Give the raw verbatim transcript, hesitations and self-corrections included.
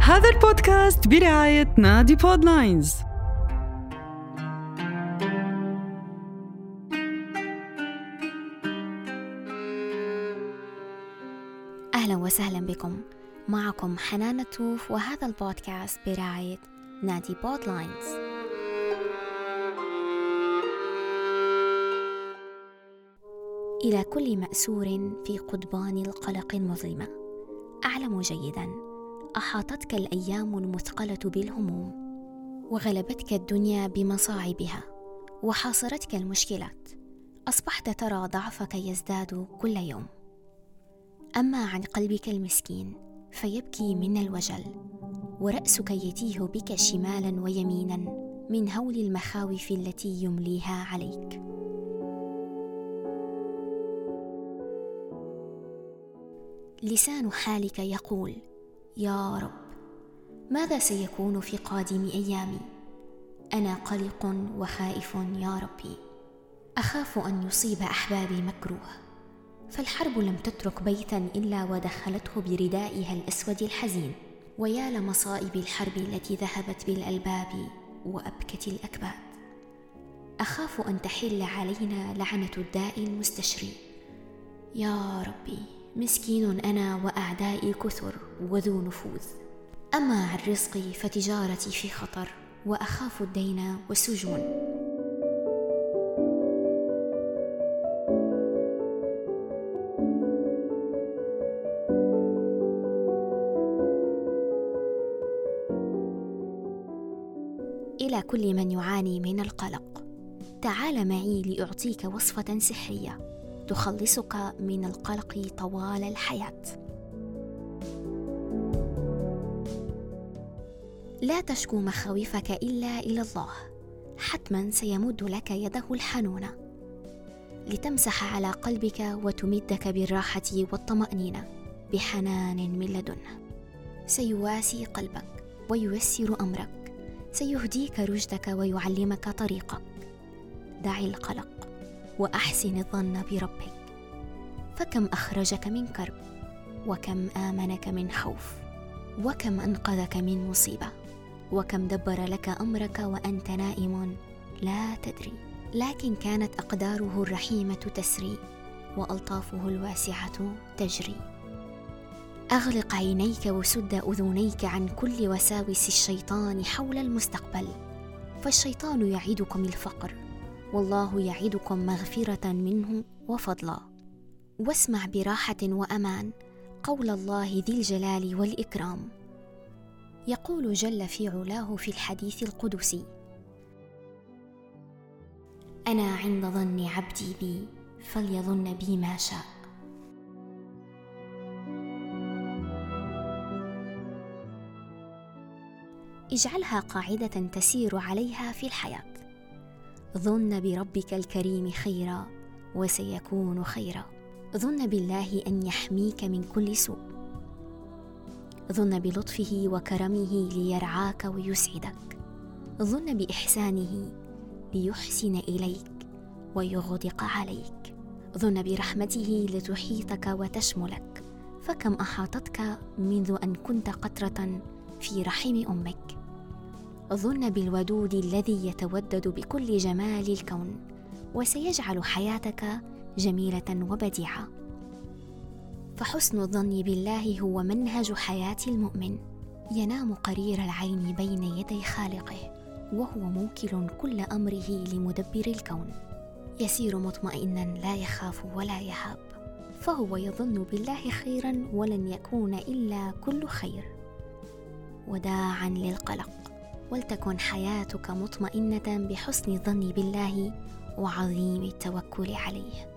هذا البودكاست برعاية نادي بودلاينز. أهلا وسهلا بكم، معكم حنان التوف، وهذا البودكاست برعاية نادي بودلاينز. إلى كل مأسور في قضبان القلق المظلمة، أعلم جيدا أحاطتك الأيام المثقلة بالهموم، وغلبتك الدنيا بمصاعبها، وحاصرتك المشكلات، أصبحت ترى ضعفك يزداد كل يوم. أما عن قلبك المسكين فيبكي من الوجل، ورأسك يتيه بك شمالا ويمينا من هول المخاوف التي يمليها عليك. لسان حالك يقول: يا رب، ماذا سيكون في قادم أيامي؟ أنا قلق وخائف يا ربي، أخاف أن يصيب أحبابي مكروه، فالحرب لم تترك بيتا إلا ودخلته بردائها الأسود الحزين، ويا لمصائب الحرب التي ذهبت بالألباب وأبكت الأكباد. أخاف أن تحل علينا لعنة الداء المستشري. يا ربي، مسكين أنا وأعدائي كثر وذو نفوذ. أما عن رزقي فتجارتي في خطر، وأخاف الدين والسجون. إلى كل من يعاني من القلق، تعال معي لأعطيك وصفة سحرية تخلصك من القلق طوال الحياة. لا تشكو مخاوفك إلا إلى الله، حتما سيمد لك يده الحنونة لتمسح على قلبك وتمدك بالراحة والطمأنينة بحنان من لدنه. سيواسي قلبك وييسر أمرك، سيهديك رشدك ويعلمك طريقك. دع القلق وأحسن الظن بربك، فكم أخرجك من كرب، وكم آمنك من خوف، وكم أنقذك من مصيبة، وكم دبر لك أمرك وأنت نائم لا تدري، لكن كانت أقداره الرحيمة تسري، وألطافه الواسعة تجري. أغلق عينيك وسد أذنيك عن كل وساوس الشيطان حول المستقبل، فالشيطان يعدكم الفقر، والله يعدكم مغفرة منه وفضلا. واسمع براحة وأمان قول الله ذي الجلال والإكرام. يقول جل في علاه في الحديث القدسي: أنا عند ظن عبدي بي فليظن بي ما شاء. اجعلها قاعدة تسير عليها في الحياة. ظن بربك الكريم خيرا وسيكون خيرا. ظن بالله أن يحميك من كل سوء. ظن بلطفه وكرمه ليرعاك ويسعدك. ظن بإحسانه ليحسن إليك ويغدق عليك. ظن برحمته لتحيطك وتشملك، فكم أحاطتك منذ أن كنت قطرة في رحم أمك. ظن بالودود الذي يتودد بكل جمال الكون، وسيجعل حياتك جميلة وبديعة. فحسن الظن بالله هو منهج حياة المؤمن، ينام قرير العين بين يدي خالقه، وهو موكل كل أمره لمدبر الكون. يسير مطمئنا لا يخاف ولا يهاب، فهو يظن بالله خيرا ولن يكون إلا كل خير. وداعا للقلق، ولتكن حياتك مطمئنة بحسن الظن بالله وعظيم التوكل عليه.